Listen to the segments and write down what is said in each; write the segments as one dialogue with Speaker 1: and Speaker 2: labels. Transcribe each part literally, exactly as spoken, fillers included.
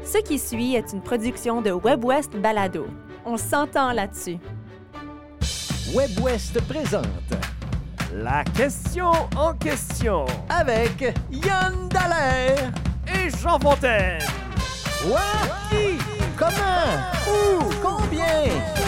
Speaker 1: Ce qui suit est une production de WebWest Balado. On s'entend là-dessus.
Speaker 2: WebWest présente
Speaker 3: La question en question
Speaker 2: avec Yann Dallaire
Speaker 3: et Jean Fontaine.
Speaker 2: Quoi? Qui? Comment? Où? Combien?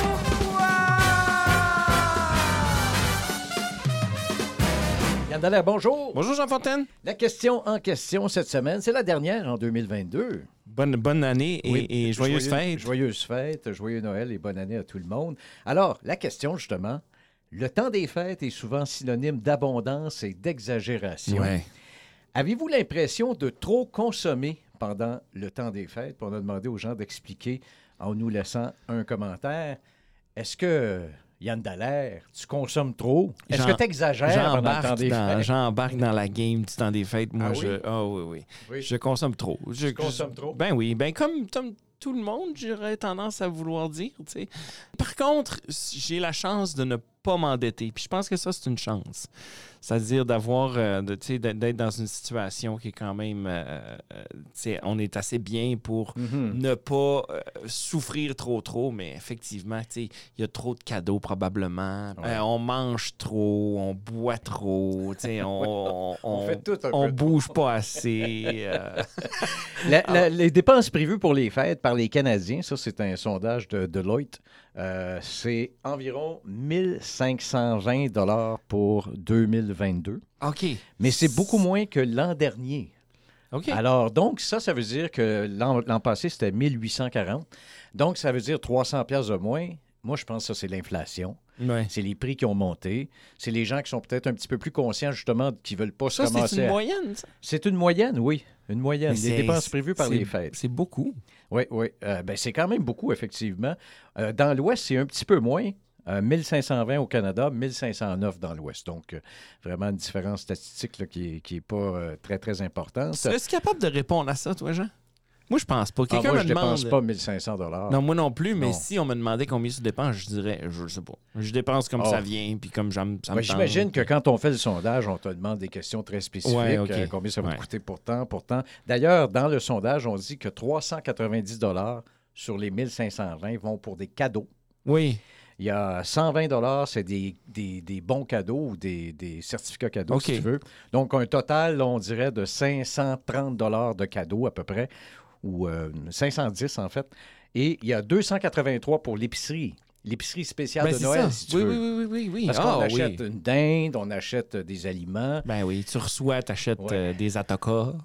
Speaker 2: Yann Dallaire, bonjour.
Speaker 4: Bonjour Jean Fontaine.
Speaker 2: La question en question cette semaine, c'est la dernière en deux mille vingt-deux.
Speaker 4: Bonne, bonne année et,
Speaker 2: Oui,
Speaker 4: et joyeuses
Speaker 2: joyeux,
Speaker 4: fêtes.
Speaker 2: Joyeuses fêtes, joyeux Noël et bonne année à tout le monde. Alors, la question justement, le temps des fêtes est souvent synonyme d'abondance et d'exagération.
Speaker 4: Ouais.
Speaker 2: Avez-vous l'impression de trop consommer pendant le temps des fêtes? Puis on a demandé aux gens d'expliquer en nous laissant un commentaire. Est-ce que, Yann Dallaire, tu consommes trop? Est-ce
Speaker 4: J'en-
Speaker 2: que tu exagères pendant le temps
Speaker 4: J'embarque
Speaker 2: des
Speaker 4: dans,
Speaker 2: fêtes?
Speaker 4: j'embarque dans la game du temps des fêtes. Moi,
Speaker 2: Ah
Speaker 4: je.
Speaker 2: oui?
Speaker 4: Ah oui, oui.
Speaker 2: Oui.
Speaker 4: Je consomme trop. Je,
Speaker 2: Tu consommes trop?
Speaker 4: Ben oui. Ben comme, comme tout le monde, j'aurais tendance à vouloir dire, tu sais. Par contre, j'ai la chance de ne pas m'endetter. Puis je pense que ça, c'est une chance. C'est-à-dire d'avoir, euh, de, tu sais, d'être dans une situation qui est quand même, euh, euh, tu sais, on est assez bien pour
Speaker 2: Mhm.
Speaker 4: ne pas euh, souffrir trop, trop, mais effectivement, tu sais, il y a trop de cadeaux probablement.
Speaker 2: Ouais.
Speaker 4: Euh, on mange trop, on boit trop, tu sais, on, on,
Speaker 2: On fait tout un
Speaker 4: on
Speaker 2: peu
Speaker 4: bouge pas assez. euh.
Speaker 2: La- la- les dépenses prévues pour les fêtes par les Canadiens, ça c'est un sondage de Deloitte, euh, c'est environ mille cinq cent vingt dollars pour deux mille vingt-deux.
Speaker 4: OK.
Speaker 2: Mais c'est beaucoup moins que l'an dernier.
Speaker 4: OK.
Speaker 2: Alors, donc, ça, ça veut dire que l'an, l'an passé, c'était mille huit cent quarante. Donc, ça veut dire trois cents piastres de moins. Moi, je pense que ça, c'est l'inflation.
Speaker 4: Ouais.
Speaker 2: C'est les prix qui ont monté. C'est les gens qui sont peut-être un petit peu plus conscients, justement, qui ne veulent pas
Speaker 4: Ça,
Speaker 2: se commencer
Speaker 4: c'est une
Speaker 2: à-
Speaker 4: moyenne, ça?
Speaker 2: C'est une moyenne, oui. Une moyenne.
Speaker 4: Mais
Speaker 2: Les
Speaker 4: c'est-
Speaker 2: dépenses prévues par
Speaker 4: c'est-
Speaker 2: les fêtes.
Speaker 4: C'est beaucoup.
Speaker 2: Oui, oui. Euh, ben, c'est quand même beaucoup, effectivement. Euh, dans l'Ouest, c'est un petit peu moins. Euh, mille cinq cent vingt au Canada, mille cinq cent neuf dans l'Ouest. Donc, euh, vraiment une différence statistique là, qui n'est qui est pas euh, très, très importante.
Speaker 4: Serais-tu capable de répondre à ça, toi, Jean? Moi, je pense pas.
Speaker 2: Ah,
Speaker 4: Quelqu'un
Speaker 2: moi,
Speaker 4: me
Speaker 2: je
Speaker 4: demande...
Speaker 2: dépense pas mille cinq cents dollars.
Speaker 4: Non, moi non plus, mais
Speaker 2: Non.
Speaker 4: si on me demandait combien tu dépenses, je dirais, je sais pas. Je dépense comme
Speaker 2: Oh.
Speaker 4: ça vient, puis comme j'aime, ça me
Speaker 2: Ben, j'imagine
Speaker 4: tente.
Speaker 2: que quand on fait le sondage, on te demande des questions très spécifiques.
Speaker 4: Ouais, OK.
Speaker 2: euh, combien ça va te
Speaker 4: Ouais.
Speaker 2: coûter pour tant, pour tant. D'ailleurs, dans le sondage, on dit que trois cent quatre-vingt-dix dollars sur les mille cinq cent vingt vont pour des cadeaux.
Speaker 4: Oui.
Speaker 2: Il y a cent vingt dollars, c'est des, des, des bons cadeaux ou des, des certificats cadeaux,
Speaker 4: OK.
Speaker 2: si tu veux. Donc, un total, on dirait, de cinq cent trente dollars de cadeaux à peu près, ou euh, cinq cent dix en fait. Et il y a deux cent quatre-vingt-trois pour l'épicerie. L'épicerie spéciale
Speaker 4: Ben,
Speaker 2: de
Speaker 4: c'est
Speaker 2: Noël,
Speaker 4: ça.
Speaker 2: si tu
Speaker 4: oui,
Speaker 2: veux.
Speaker 4: oui, oui, oui, oui, oui.
Speaker 2: Parce
Speaker 4: Ah,
Speaker 2: qu'on achète
Speaker 4: oui.
Speaker 2: une dinde, on achète des aliments.
Speaker 4: Ben oui, tu reçois, tu achètes
Speaker 2: Ouais.
Speaker 4: des atokas.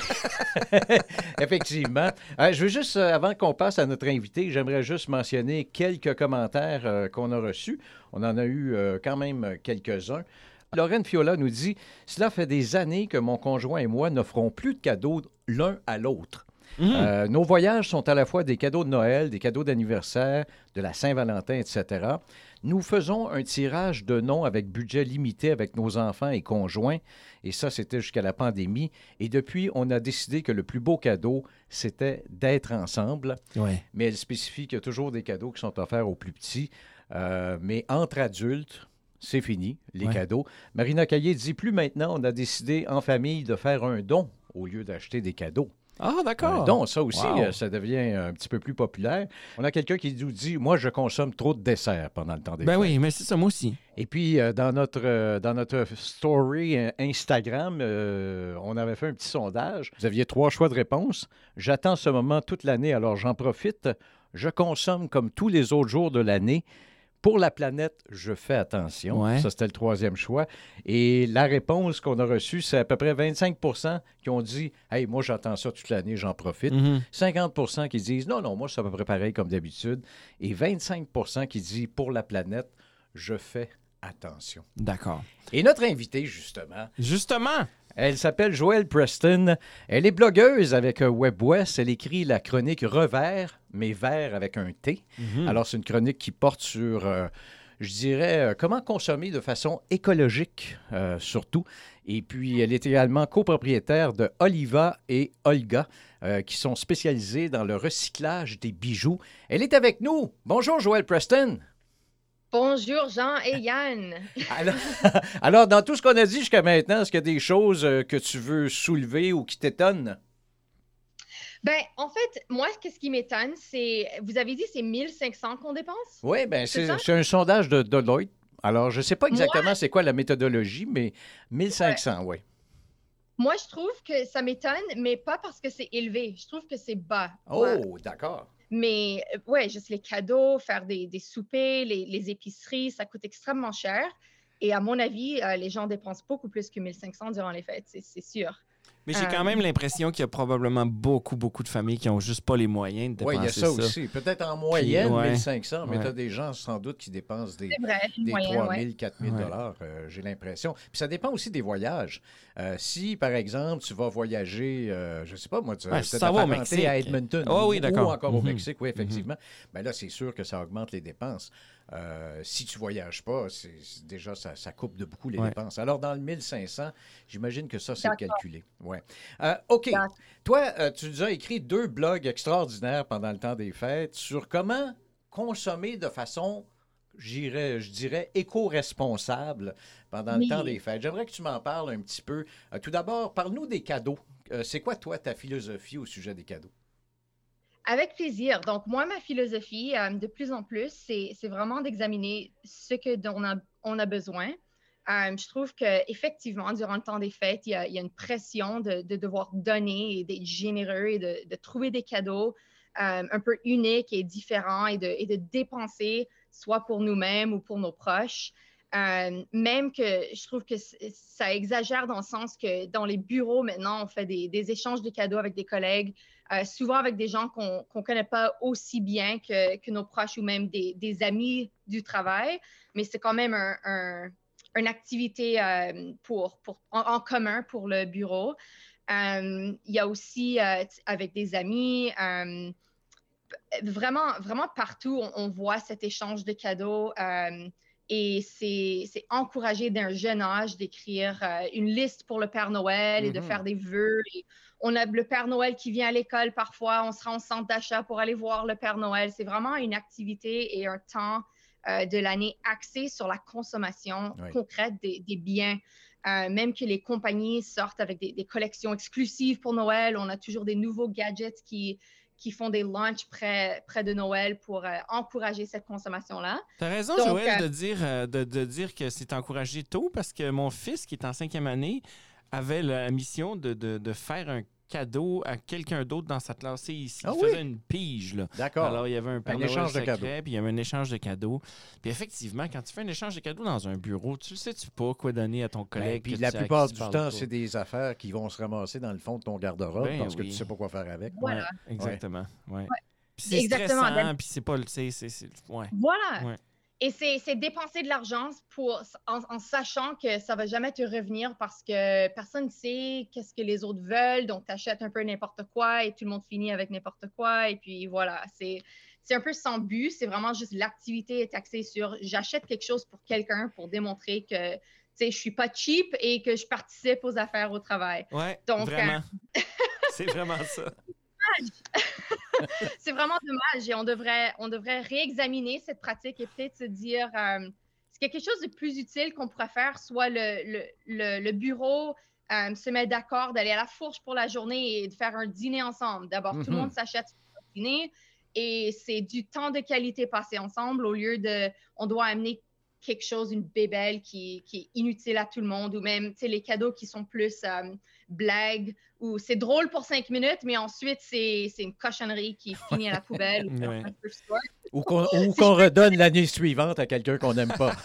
Speaker 2: Effectivement. Euh, je veux juste, euh, avant qu'on passe à notre invité, j'aimerais juste mentionner quelques commentaires euh, qu'on a reçus. On en a eu euh, quand même quelques-uns. Lorraine Fiola nous dit « Cela fait des années que mon conjoint et moi n'offrons plus de cadeaux l'un à l'autre.
Speaker 4: Mhm.
Speaker 2: Euh, nos voyages sont à la fois des cadeaux de Noël, des cadeaux d'anniversaire, de la Saint-Valentin, et cetera. Nous faisons un tirage de noms avec budget limité avec nos enfants et conjoints, et ça, c'était jusqu'à la pandémie. Et depuis, on a décidé que le plus beau cadeau, c'était d'être ensemble.
Speaker 4: Ouais.
Speaker 2: Mais elle spécifie qu'il y a toujours des cadeaux qui sont offerts aux plus petits. Euh, mais entre adultes, c'est fini, les
Speaker 4: Ouais.
Speaker 2: cadeaux. Marina Caillé dit « Plus maintenant, on a décidé en famille de faire un don au lieu d'acheter des cadeaux. »
Speaker 4: Ah, d'accord.
Speaker 2: Un don, ça aussi,
Speaker 4: Wow.
Speaker 2: euh, ça devient un petit peu plus populaire. On a quelqu'un qui nous dit « Moi, je consomme trop de desserts pendant le temps des
Speaker 4: Ben
Speaker 2: fêtes.
Speaker 4: oui, mais c'est ça, moi aussi.
Speaker 2: Et puis, euh, dans, notre, euh, dans notre story euh, Instagram, euh, on avait fait un petit sondage. Vous aviez trois choix de réponse. J'attends ce moment toute l'année, alors j'en profite. Je consomme comme tous les autres jours de l'année. Pour la planète, je fais attention.
Speaker 4: Ouais.
Speaker 2: Ça, c'était le troisième choix. Et la réponse qu'on a reçue, c'est à peu près vingt-cinq pour cent qui ont dit « Hey, moi, j'attends ça toute l'année, j'en profite.
Speaker 4: Mhm.
Speaker 2: cinquante pour cent qui disent « Non, non, moi, c'est à peu près pareil comme d'habitude. » Et vingt-cinq pour cent qui disent « Pour la planète, je fais attention. »
Speaker 4: D'accord.
Speaker 2: Et notre invitée, justement,
Speaker 4: Justement.
Speaker 2: elle s'appelle Joelle Preston. Elle est blogueuse avec euh, WebWest. Elle écrit la chronique Revers, mais vert avec un T.
Speaker 4: Mhm.
Speaker 2: Alors, c'est une chronique qui porte sur, euh, je dirais, euh, comment consommer de façon écologique, euh, surtout. Et puis, elle est également copropriétaire de Oliva et Olga, euh, qui sont spécialisés dans le recyclage des bijoux. Elle est avec nous. Bonjour, Joelle Preston.
Speaker 5: Bonjour Jean et Yann.
Speaker 2: Alors, alors, dans tout ce qu'on a dit jusqu'à maintenant, est-ce qu'il y a des choses euh, que tu veux soulever ou qui t'étonnent?
Speaker 5: Ben, en fait, moi, qu'est-ce qui m'étonne, c'est, vous avez dit, c'est mille cinq cents qu'on dépense?
Speaker 2: Oui, bien,
Speaker 5: C'est
Speaker 2: c'est
Speaker 5: ça?
Speaker 2: c'est un sondage de Deloitte. Alors, je ne sais pas
Speaker 5: Moi,
Speaker 2: exactement c'est quoi la méthodologie, mais
Speaker 5: ouais.
Speaker 2: mille cinq cents, oui.
Speaker 5: Moi, je trouve que ça m'étonne, mais pas parce que c'est élevé. Je trouve que c'est bas. Ouais.
Speaker 2: Oh, d'accord.
Speaker 5: Mais euh, ouais, juste les cadeaux, faire des, des soupers, les, les épiceries, ça coûte extrêmement cher. Et à mon avis, euh, les gens dépensent beaucoup plus que mille cinq cents durant les fêtes, c'est c'est sûr.
Speaker 4: Mais j'ai quand
Speaker 5: Euh,
Speaker 4: même l'impression qu'il y a probablement beaucoup, beaucoup de familles qui n'ont juste pas les moyens de
Speaker 2: Oui, il y a
Speaker 4: dépenser
Speaker 2: ça
Speaker 4: ça.
Speaker 2: aussi. Peut-être en moyenne,
Speaker 4: ouais,
Speaker 2: mille cinq cents, mais
Speaker 4: ouais.
Speaker 2: tu as des gens sans doute qui dépensent des,
Speaker 5: c'est vrai, une
Speaker 2: des
Speaker 5: moyenne,
Speaker 2: trois
Speaker 5: ouais.
Speaker 2: mille, quatre mille
Speaker 4: Ouais.
Speaker 2: dollars, euh, j'ai l'impression. Puis ça dépend aussi des voyages. Euh, si, par exemple, tu vas voyager, euh, je ne sais pas, moi, tu
Speaker 4: Ouais,
Speaker 2: as
Speaker 4: si
Speaker 2: peut-être
Speaker 4: ça va au
Speaker 2: apparenté
Speaker 4: Mexique.
Speaker 2: à Edmonton
Speaker 4: Ah oui,
Speaker 2: ou-
Speaker 4: d'accord.
Speaker 2: ou encore au
Speaker 4: Mhm.
Speaker 2: Mexique, oui, effectivement. Ben là, c'est sûr que ça augmente les dépenses. Euh, si tu ne voyages pas, c'est, c'est- déjà, ça, ça coupe de beaucoup les
Speaker 4: Ouais.
Speaker 2: dépenses. Alors, dans le mille cinq cents, j'imagine que ça, c'est
Speaker 5: D'accord.
Speaker 2: calculé. Ouais. Euh, OK.
Speaker 5: D'accord.
Speaker 2: Toi, euh, tu nous as écrit deux blogs extraordinaires pendant le temps des fêtes sur comment consommer de façon, j'irais, je dirais, éco-responsable pendant le temps des
Speaker 5: Oui.
Speaker 2: fêtes. J'aimerais que tu m'en parles un petit peu. Euh, tout d'abord, parle-nous des cadeaux. Euh, c'est quoi, toi, ta philosophie au sujet des cadeaux?
Speaker 5: Avec plaisir. Donc, moi, ma philosophie, euh, de plus en plus, c'est c'est vraiment d'examiner ce que dont on a, on a besoin. Euh, je trouve qu'effectivement, durant le temps des fêtes, il y a, il y a une pression de, de devoir donner et d'être généreux et de, de trouver des cadeaux euh, un peu uniques et différents et de, et de dépenser, soit pour nous-mêmes ou pour nos proches. Euh, même que je trouve que c- ça exagère dans le sens que dans les bureaux, maintenant, on fait des, des échanges de cadeaux avec des collègues. Euh, souvent avec des gens qu'on ne connaît pas aussi bien que, que nos proches ou même des, des amis du travail, mais c'est quand même un, un, une activité euh, pour, pour, en, en commun pour le bureau. Euh, il y a aussi euh, avec des amis, euh, vraiment, vraiment partout, on, on voit cet échange de cadeaux. Euh, et c'est, c'est encouragé d'un jeune âge d'écrire euh, une liste pour le Père Noël et de
Speaker 2: Mhm.
Speaker 5: faire des vœux. Et on a le Père Noël qui vient à l'école parfois, on se rend au centre d'achat pour aller voir le Père Noël. C'est vraiment une activité et un temps euh, de l'année axé sur la consommation
Speaker 2: Oui.
Speaker 5: concrète des, des biens. Euh, même que les compagnies sortent avec des, des collections exclusives pour Noël, on a toujours des nouveaux gadgets qui, qui font des launches près, près de Noël pour euh, encourager cette consommation-là.
Speaker 4: T'as raison,
Speaker 5: Donc,
Speaker 4: Joël,
Speaker 5: euh,
Speaker 4: de dire, euh, de, de dire que c'est encouragé tôt parce que mon fils, qui est en cinquième année, avait la mission de, de, de faire un cadeau à quelqu'un d'autre dans sa classe. Il, il
Speaker 2: Ah
Speaker 4: faisait
Speaker 2: oui?
Speaker 4: une pige, là.
Speaker 2: D'accord.
Speaker 4: Alors, il y avait un Père
Speaker 2: Un
Speaker 4: Noël
Speaker 2: échange de
Speaker 4: secret,
Speaker 2: cadeaux.
Speaker 4: puis il y avait un échange de cadeaux. Puis effectivement, quand tu fais un échange de cadeaux dans un bureau, tu ne sais-tu pas quoi donner à ton
Speaker 2: Ben,
Speaker 4: collègue.
Speaker 2: puis
Speaker 4: que
Speaker 2: la
Speaker 4: tu- à
Speaker 2: plupart
Speaker 4: qui tu
Speaker 2: du
Speaker 4: parles
Speaker 2: temps,
Speaker 4: pas.
Speaker 2: c'est des affaires qui vont se ramasser dans le fond de ton garde-robe
Speaker 4: Ben
Speaker 2: parce que
Speaker 4: oui.
Speaker 2: tu ne sais pas quoi faire avec.
Speaker 5: Voilà.
Speaker 4: Ouais, exactement. Ouais. Puis c'est
Speaker 5: Exactement.
Speaker 4: stressant, puis c'est pas le. c'est- c'est- c'est- Ouais.
Speaker 5: Voilà.
Speaker 4: Ouais.
Speaker 5: Et c'est c'est dépenser de l'argent pour, en, en sachant que ça va jamais te revenir parce que personne ne sait qu'est-ce que les autres veulent. Donc, tu achètes un peu n'importe quoi et tout le monde finit avec n'importe quoi. Et puis, voilà, c'est c'est un peu sans but. C'est vraiment juste l'activité est axée sur j'achète quelque chose pour quelqu'un pour démontrer que, tu sais, je suis pas cheap et que je participe aux affaires au travail.
Speaker 4: Ouais,
Speaker 5: Donc,
Speaker 4: vraiment. C'est vraiment ça.
Speaker 5: c'est vraiment dommage et on devrait, on devrait réexaminer cette pratique et peut-être se dire euh, c'est quelque chose de plus utile qu'on pourrait faire, soit le, le, le, le bureau euh, se met d'accord d'aller à la fourche pour la journée et de faire un dîner ensemble. D'abord, tout le
Speaker 2: Mhm.
Speaker 5: monde s'achète son dîner et c'est du temps de qualité passé ensemble au lieu de on doit amener quelque chose, une bébelle qui, qui est inutile à tout le monde ou même les cadeaux qui sont plus euh, blagues ou c'est drôle pour cinq minutes, mais ensuite c'est c'est une cochonnerie qui finit à la poubelle. ou
Speaker 4: Ouais.
Speaker 5: un peu store.
Speaker 2: Ou qu'on ou qu'on redonne l'année suivante à quelqu'un qu'on n'aime pas.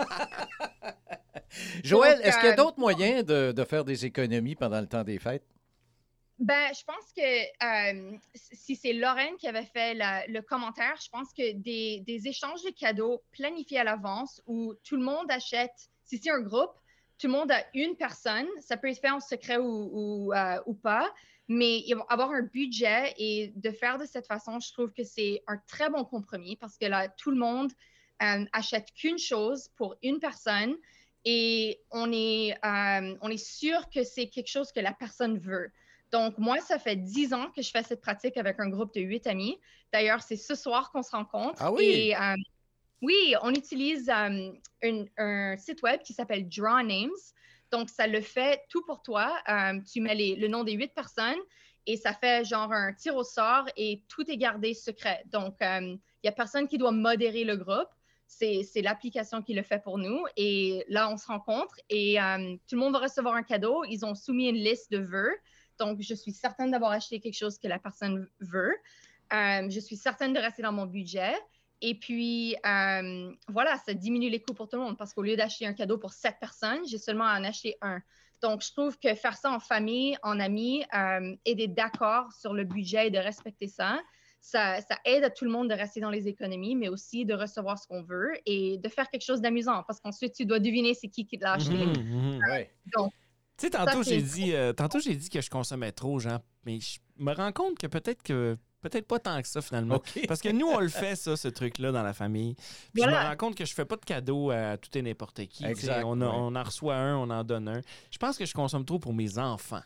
Speaker 2: Joël,
Speaker 5: Donc,
Speaker 2: est-ce qu'il y a
Speaker 5: euh,
Speaker 2: d'autres moyens de, de faire des économies pendant le temps des fêtes?
Speaker 5: Ben, je pense que euh, si c'est Lorraine qui avait fait la- le commentaire, je pense que des, des échanges de cadeaux planifiés à l'avance où tout le monde achète, si c'est un groupe, tout le monde a une personne, ça peut être fait en secret ou, ou, euh, ou pas, mais il va avoir un budget et de faire de cette façon, je trouve que c'est un très bon compromis parce que là, tout le monde euh, achète qu'une chose pour une personne et on est, euh, on est sûr que c'est quelque chose que la personne veut. Donc, moi, ça fait dix ans que je fais cette pratique avec un groupe de huit amis. D'ailleurs, c'est ce soir qu'on se rencontre.
Speaker 2: Ah oui?
Speaker 5: Et euh, oui, on utilise euh, une- un site web qui s'appelle Draw Names. Donc, ça le fait tout pour toi. Euh, tu mets les- le nom des huit personnes et ça fait genre un tir au sort et tout est gardé secret. Donc, il euh, n'y a personne qui doit modérer le groupe. C'est, c'est l'application qui le fait pour nous. Et là, on se rencontre et euh, tout le monde va recevoir un cadeau. Ils ont soumis une liste de vœux. Donc, je suis certaine d'avoir acheté quelque chose que la personne veut. Euh, je suis certaine de rester dans mon budget. Et puis, euh, voilà, ça diminue les coûts pour tout le monde parce qu'au lieu d'acheter un cadeau pour sept personnes, j'ai seulement à en acheter un. Donc, je trouve que faire ça en famille, en amis, euh, et d'être d'accord sur le budget et de respecter ça, Ça, ça aide à tout le monde de rester dans les économies, mais aussi de recevoir ce qu'on veut et de faire quelque chose d'amusant parce qu'ensuite, tu dois deviner c'est qui qui l'a acheté.
Speaker 4: Mhm, mhm.
Speaker 2: Ouais.
Speaker 5: Donc,
Speaker 4: Tu sais, tantôt,
Speaker 5: Ça,
Speaker 4: j'ai
Speaker 5: c'est-
Speaker 4: dit, euh, tantôt, j'ai dit que je consommais trop, Jean, mais je me rends compte que peut-être que peut-être pas tant que ça, finalement.
Speaker 2: OK.
Speaker 4: Parce que nous, on le fait, ça, ce truc-là, dans la famille. Puis je
Speaker 5: Voilà.
Speaker 4: me rends compte que je fais pas de cadeaux à tout et n'importe qui. Tu sais,
Speaker 2: Exact,
Speaker 4: On, a-
Speaker 2: ouais.
Speaker 4: on en reçoit un, on en donne un. Je pense que je consomme trop pour mes enfants.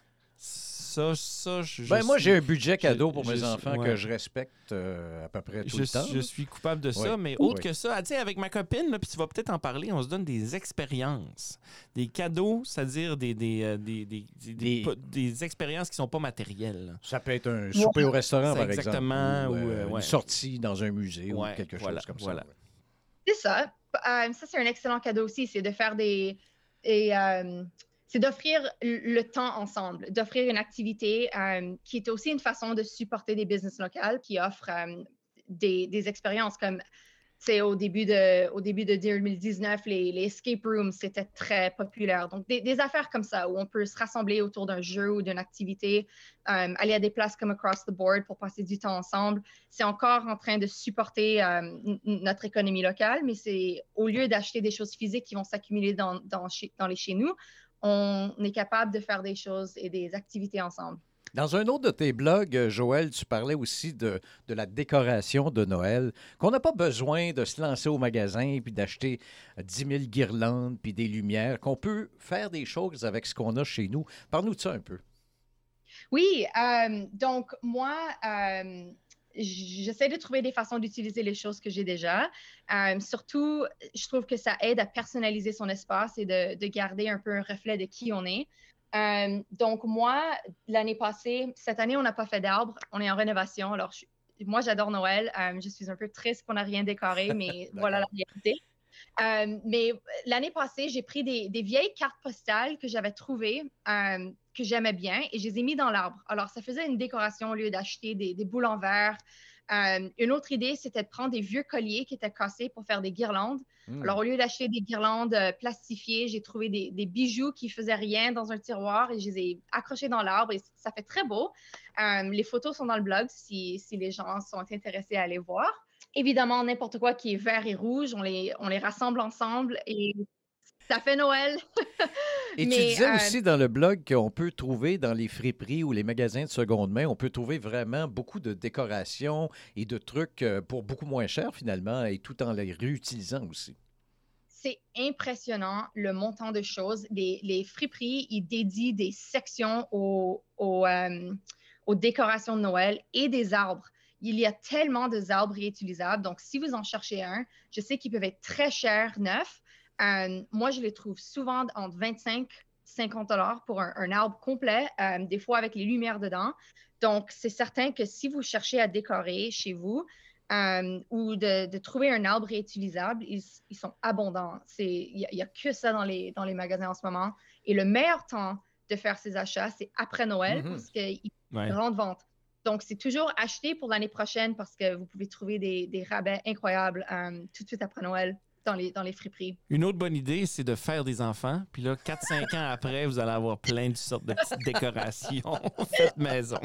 Speaker 4: Ça, ça, je. je
Speaker 2: Ben, moi,
Speaker 4: suis-
Speaker 2: j'ai un budget cadeau pour
Speaker 4: je
Speaker 2: mes
Speaker 4: suis-
Speaker 2: enfants
Speaker 4: ouais.
Speaker 2: que je respecte euh, à peu près tout
Speaker 4: Je,
Speaker 2: le temps.
Speaker 4: je suis coupable de ça,
Speaker 2: Oui.
Speaker 4: mais autre
Speaker 2: Oui.
Speaker 4: que ça, tu sais, avec ma copine, là, puis tu vas peut-être en parler, on se donne des expériences. Des cadeaux, c'est-à-dire des, des, euh, des, des, des,
Speaker 2: Des-
Speaker 4: pas- des expériences qui sont pas matérielles. là.
Speaker 2: Ça peut être un souper au restaurant,
Speaker 4: C'est
Speaker 2: par
Speaker 4: exactement,
Speaker 2: exemple.
Speaker 4: ou,
Speaker 2: Ou,
Speaker 4: euh,
Speaker 2: euh,
Speaker 4: ouais.
Speaker 2: une sortie dans un musée
Speaker 4: Ouais,
Speaker 2: ou quelque
Speaker 4: voilà,
Speaker 2: chose comme
Speaker 4: voilà.
Speaker 2: ça. ouais.
Speaker 5: c'est ça. Euh, ça, c'est un excellent cadeau aussi, c'est de faire des... Et, euh, c'est d'offrir le temps ensemble, d'offrir une activité euh, qui est aussi une façon de supporter des business locales qui offrent euh, des, des expériences comme, tu sais, au début de, au début de deux mille dix-neuf, les, les escape rooms, c'était très populaire. Donc, des, des affaires comme ça où on peut se rassembler autour d'un jeu ou d'une activité, euh, aller à des places comme Across the Board pour passer du temps ensemble. C'est encore en train de supporter euh, n- notre économie locale, mais c'est au lieu d'acheter des choses physiques qui vont s'accumuler dans, dans, chez, dans les chez nous, on est capable de faire des choses et des activités ensemble.
Speaker 2: Dans un autre de tes blogs, euh, Joël, tu parlais aussi de, de la décoration de Noël, qu'on n'a pas besoin de se lancer au magasin puis d'acheter euh, dix mille guirlandes puis des lumières, qu'on peut faire des choses avec ce qu'on a chez nous. Parle-nous de ça un peu.
Speaker 5: Oui, euh, donc moi, euh, j- j'essaie de trouver des façons d'utiliser les choses que j'ai déjà. Euh, surtout, je trouve que ça aide à personnaliser son espace et de, de garder un peu un reflet de qui on est. Euh, donc moi, l'année passée, cette année, on n'a pas fait d'arbres, on est en rénovation. Alors, je- moi, j'adore Noël. Euh, je suis un peu triste qu'on n'a rien décoré, mais voilà la réalité. Euh, mais l'année passée, j'ai pris des, des vieilles cartes postales que j'avais trouvées, euh, que j'aimais bien, et je les ai mis dans l'arbre. Alors, ça faisait une décoration au lieu d'acheter des, des boules en verre. Euh, une autre idée, c'était de prendre des vieux colliers qui étaient cassés pour faire des guirlandes.
Speaker 2: Hmm.
Speaker 5: Alors, au lieu d'acheter des guirlandes euh, plastifiées, j'ai trouvé des, des bijoux qui faisaient rien dans un tiroir et je les ai accrochés dans l'arbre et ça fait très beau. Euh, les photos sont dans le blog si, si les gens sont intéressés à aller voir. Évidemment, n'importe quoi qui est vert et rouge, on les, on les rassemble ensemble et ça fait Noël.
Speaker 2: Et
Speaker 5: Mais,
Speaker 2: tu disais
Speaker 5: euh,
Speaker 2: aussi dans le blog qu'on peut trouver dans les friperies ou les magasins de seconde main, on peut trouver vraiment beaucoup de décorations et de trucs euh, pour beaucoup moins cher finalement et tout en les réutilisant aussi.
Speaker 5: C'est impressionnant le montant de choses. Les, les friperies, ils dédient des sections aux, aux, euh, aux décorations de Noël et des arbres. Il y a tellement de arbres réutilisables. Donc, si vous en cherchez un, je sais qu'ils peuvent être très chers, neufs. Euh, moi, je les trouve souvent entre vingt-cinq et cinquante dollars pour un, un arbre complet, euh, des fois avec les lumières dedans. Donc, c'est certain que si vous cherchez à décorer chez vous, Euh, ou de, de trouver un arbre réutilisable, ils, ils sont abondants. Il n'y a, a que ça dans les, dans les magasins en ce moment. Et le meilleur temps de faire ces achats, c'est après Noël
Speaker 2: Mhm.
Speaker 5: parce qu'ils
Speaker 4: Ouais.
Speaker 5: rendent vente. Donc, c'est toujours acheté pour l'année prochaine parce que vous pouvez trouver des, des rabais incroyables euh, tout de suite après Noël dans les, dans les friperies.
Speaker 4: Une autre bonne idée, c'est de faire des enfants. Puis là, quatre cinq ans après, vous allez avoir plein de sortes de petites décorations faites maison.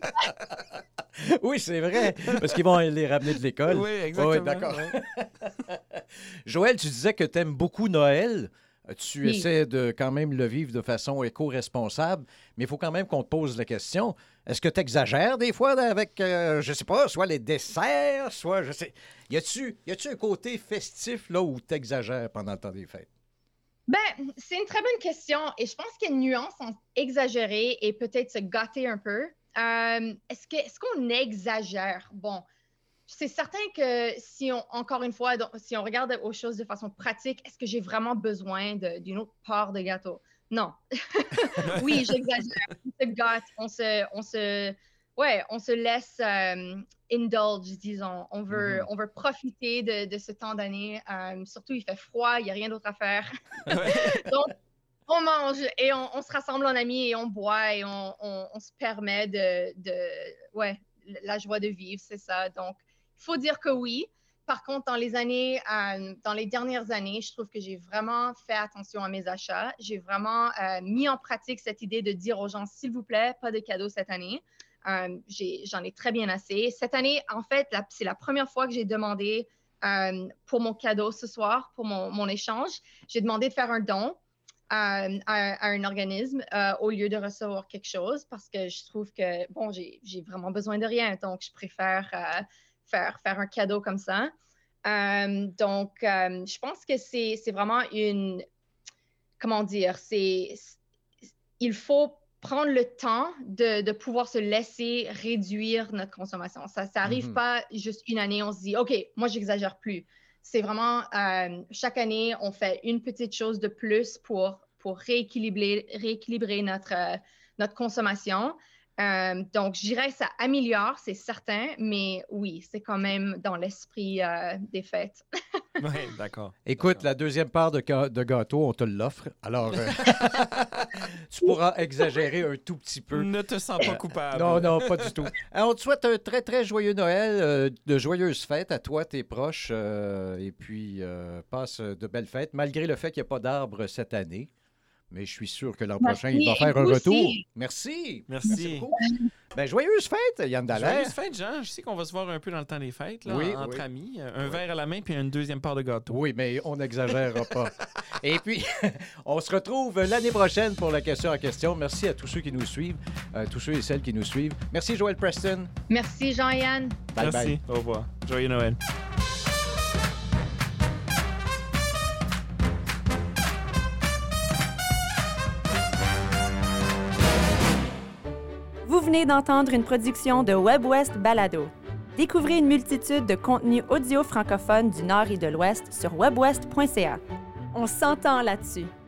Speaker 2: Oui, c'est vrai, parce qu'ils vont les ramener de l'école.
Speaker 4: Oui, exactement.
Speaker 2: Oui, d'accord.
Speaker 4: Ouais.
Speaker 2: Joël, tu disais que tu aimes beaucoup Noël. Tu
Speaker 5: Oui.
Speaker 2: essaies de quand même le vivre de façon éco-responsable, mais il faut quand même qu'on te pose la question. Est-ce que tu exagères des fois avec, euh, je sais pas, soit les desserts, soit, je sais... Y a-tu, y a-tu un côté festif là où tu exagères pendant le temps des fêtes?
Speaker 5: Ben, c'est une très bonne question et je pense qu'il y a une nuance entre exagérer et peut-être se gâter un peu. Euh, est-ce que, est-ce qu'on exagère? Bon, c'est certain que si on, encore une fois, donc, si on regarde aux choses de façon pratique, est-ce que j'ai vraiment besoin de- d'une autre part de gâteau? Non. Oui, j'exagère. On se gâte, on se, on se, ouais, on se laisse euh, indulge, disons. On veut,
Speaker 2: Mhm.
Speaker 5: on veut profiter de, de ce temps d'année. Euh, surtout, il fait froid, il n'y a rien d'autre à faire. Donc, on mange et on, on se rassemble en amis et on boit et on, on, on se permet de, de, ouais, la joie de vivre, c'est ça. Donc, il faut dire que oui. Par contre, dans les années, euh, dans les dernières années, je trouve que j'ai vraiment fait attention à mes achats. J'ai vraiment euh, mis en pratique cette idée de dire aux gens, s'il vous plaît, pas de cadeaux cette année. Euh, j'ai, j'en ai très bien assez. Cette année, en fait, la, c'est la première fois que j'ai demandé euh, pour mon cadeau ce soir, pour mon, mon échange, j'ai demandé de faire un don euh, à, à un organisme euh, au lieu de recevoir quelque chose parce que je trouve que, bon, j'ai, j'ai vraiment besoin de rien. Donc, je préfère... Euh, Faire, faire un cadeau comme ça. Euh, donc, euh, je pense que c'est, c'est vraiment une... Comment dire? C'est, il faut prendre le temps de, de pouvoir se laisser réduire notre consommation. Ça n'arrive
Speaker 2: Mhm.
Speaker 5: pas juste une année, on se dit, OK, moi, j'exagère plus. C'est vraiment, euh, chaque année, on fait une petite chose de plus pour, pour rééquilibrer, rééquilibrer notre, euh, notre consommation. Euh, donc, je dirais que ça améliore, c'est certain, mais oui, c'est quand même dans l'esprit euh, des fêtes.
Speaker 4: Oui, d'accord.
Speaker 2: Écoute,
Speaker 4: d'accord.
Speaker 2: la deuxième part de, ga- de gâteau, on te l'offre. Alors, euh, tu pourras exagérer un tout petit peu.
Speaker 4: Ne te sens pas coupable.
Speaker 2: Non, non, pas du tout. Alors, on te souhaite un très, très joyeux Noël, euh, de joyeuses fêtes à toi, tes proches, euh, et puis euh, passe de belles fêtes, malgré le fait qu'il n'y a pas d'arbre cette année. Mais je suis sûr que l'an
Speaker 5: Merci,
Speaker 2: prochain, il va
Speaker 5: et
Speaker 2: faire un
Speaker 5: vous
Speaker 2: retour.
Speaker 5: aussi.
Speaker 2: Merci.
Speaker 4: Merci.
Speaker 2: beaucoup. Ben, joyeuses fêtes, Yann Dallaire.
Speaker 4: Joyeuses fêtes, Jean. Je sais qu'on va se voir un peu dans le temps des fêtes, là,
Speaker 2: Oui,
Speaker 4: entre
Speaker 2: oui.
Speaker 4: amis. Un
Speaker 2: Oui.
Speaker 4: verre à la main puis une deuxième part de gâteau.
Speaker 2: Oui, mais on n'exagérera pas. Et puis, on se retrouve l'année prochaine pour la question en question. Merci à tous ceux qui nous suivent, euh, tous ceux et celles qui nous suivent. Merci, Joël Preston.
Speaker 5: Merci, Jean-Yann.
Speaker 2: Bye
Speaker 4: Merci.
Speaker 2: bye.
Speaker 4: Au revoir. Joyeux Noël.
Speaker 1: Vous venez d'entendre une production de WebWest Balado. Découvrez une multitude de contenus audio francophones du Nord et de l'Ouest sur webwest point c a. On s'entend là-dessus.